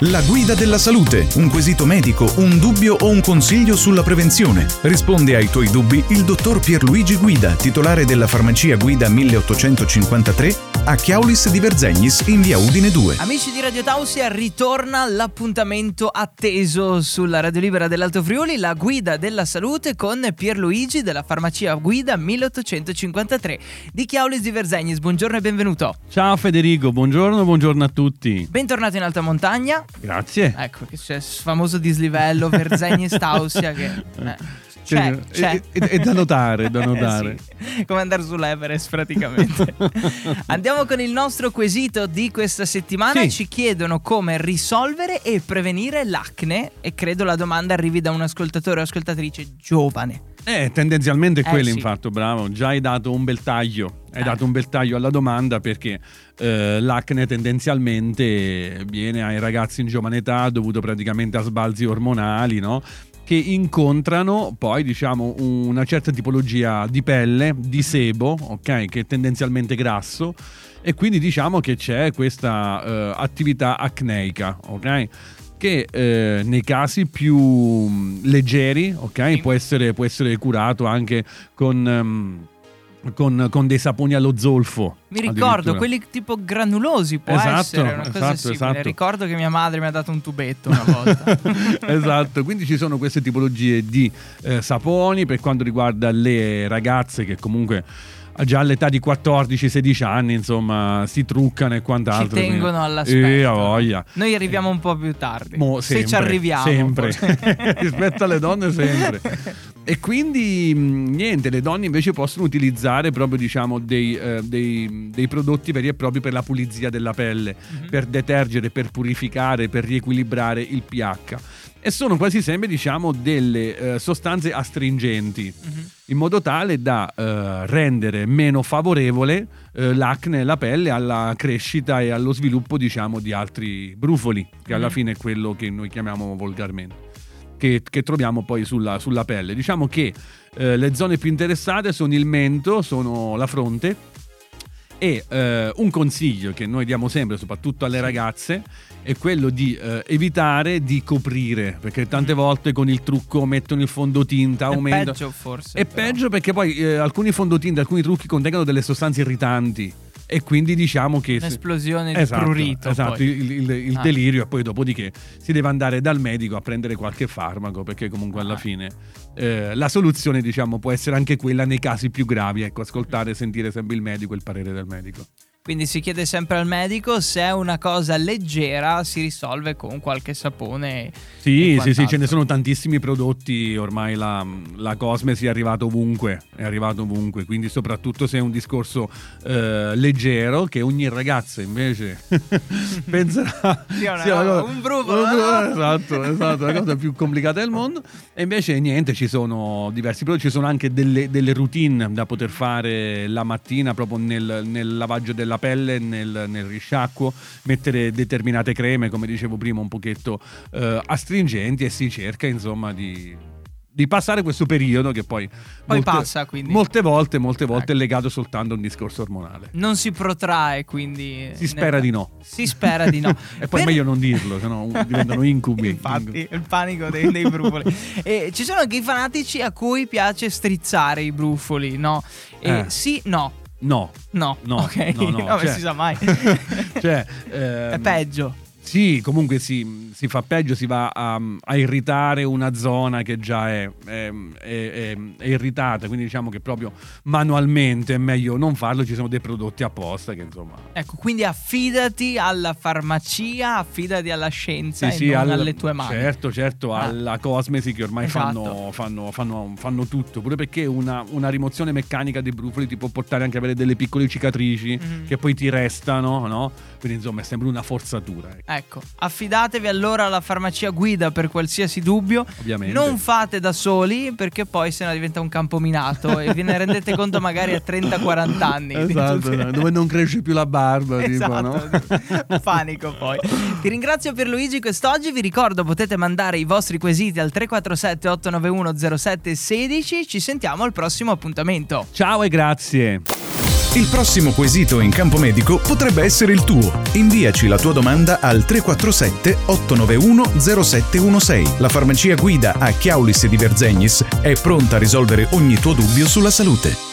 La guida della salute, un quesito medico, un dubbio o un consiglio sulla prevenzione. Risponde ai tuoi dubbi il dottor Pierluigi Guida, titolare della farmacia Guida 1853 a Chiaulis di Verzegnis in via Udine 2. Amici di Radio Tausia, ritorna l'appuntamento atteso sulla Radio Libera dell'Alto Friuli, la guida della salute con Pierluigi della farmacia Guida 1853 di Chiaulis di Verzegnis. Buongiorno e benvenuto. Ciao Federico, buongiorno a tutti. Bentornato in alta montagna. Grazie. Ecco che c'è il famoso dislivello Verzegnis Tausia che c'è. È da notare, Sì, come andare sull'Everest praticamente. Andiamo con il nostro quesito di questa settimana. Sì. Ci chiedono come risolvere e prevenire l'acne e credo la domanda arrivi da un ascoltatore o ascoltatrice giovane. Tendenzialmente è quello, sì. Infatti, bravo, già hai dato un bel taglio. Hai dato un bel taglio alla domanda perché l'acne tendenzialmente viene ai ragazzi in giovane età dovuto praticamente a sbalzi ormonali, no? Che incontrano poi diciamo una certa tipologia di pelle, di sebo, ok, che è tendenzialmente grasso, e quindi diciamo che c'è questa attività acneica, ok, che nei casi più leggeri, ok, può essere curato anche con dei saponi allo zolfo. Mi ricordo quelli tipo granulosi, può essere una cosa simile. Esatto. Ricordo che mia madre mi ha dato un tubetto una volta. Esatto, quindi ci sono queste tipologie di saponi per quanto riguarda le ragazze che comunque già all'età di 14-16 anni insomma si truccano e quant'altro. Ci tengono all'aspetto. A voglia. Noi arriviamo un po' più tardi. Se ci arriviamo. Sempre. Rispetto alle donne sempre. E quindi niente, le donne invece possono utilizzare proprio diciamo dei prodotti veri e propri per la pulizia della pelle, per detergere, per purificare, per riequilibrare il pH. E sono quasi sempre diciamo delle sostanze astringenti, in modo tale da rendere meno favorevole l'acne e la pelle alla crescita e allo sviluppo diciamo di altri brufoli, che alla fine è quello che noi chiamiamo volgarmente, che troviamo poi sulla pelle. Diciamo che le zone più interessate sono il mento, sono la fronte, e un consiglio che noi diamo sempre, soprattutto alle ragazze, è quello di evitare di coprire, perché tante volte con il trucco mettono il fondotinta, aumenta. È peggio forse. È peggio perché poi alcuni fondotinta, alcuni trucchi contengono delle sostanze irritanti. E quindi diciamo che un'esplosione di prurito. Esatto, poi. il delirio, e poi dopodiché si deve andare dal medico a prendere qualche farmaco, perché comunque alla fine la soluzione diciamo può essere anche quella nei casi più gravi, ecco, ascoltare, sentire sempre il medico, il parere del medico. Quindi si chiede sempre al medico, se è una cosa leggera si risolve con qualche sapone. Sì, ce ne sono tantissimi prodotti, ormai la cosmesi è arrivata ovunque, quindi soprattutto se è un discorso leggero, che ogni ragazza invece penserà sia un brufolo. Esatto, la cosa più complicata del mondo. E invece niente, ci sono diversi prodotti, ci sono anche delle routine da poter fare la mattina proprio nel lavaggio della pelle, nel risciacquo, mettere determinate creme, come dicevo prima, un pochetto astringenti, e si cerca insomma di passare questo periodo che poi passa, quindi molte volte ecco, è legato soltanto a un discorso ormonale. Non si protrae, quindi si spera di no. E poi è meglio non dirlo, sennò diventano incubi. Infatti, il panico dei brufoli. E ci sono anche i fanatici a cui piace strizzare i brufoli, no? Sì, no. No, ok, no, cioè, si sa mai. È peggio. Sì, comunque si fa peggio, si va a irritare una zona che già è irritata, quindi diciamo che proprio manualmente è meglio non farlo, ci sono dei prodotti apposta che insomma. Ecco, quindi affidati alla farmacia, affidati alla scienza sì, alle tue mani. Certo, alla cosmesi, che ormai esatto, fanno tutto, pure perché una rimozione meccanica dei brufoli ti può portare anche a avere delle piccole cicatrici che poi ti restano, no? Quindi insomma è sempre una forzatura. Ecco, affidatevi allora alla farmacia Guida per qualsiasi dubbio. Ovviamente. Non fate da soli, perché poi sennò diventa un campo minato e ve ne rendete conto magari a 30-40 anni. Esatto, dove non cresce più la barba. Esatto, tipo, no? Panico poi. Ti ringrazio Pierluigi quest'oggi, vi ricordo potete mandare i vostri quesiti al 347 891 07 16. Ci sentiamo al prossimo appuntamento. Ciao e grazie. Il prossimo quesito in campo medico potrebbe essere il tuo. Inviaci la tua domanda al 347 891 0716. La farmacia Guida a Chiaulis di Verzegnis è pronta a risolvere ogni tuo dubbio sulla salute.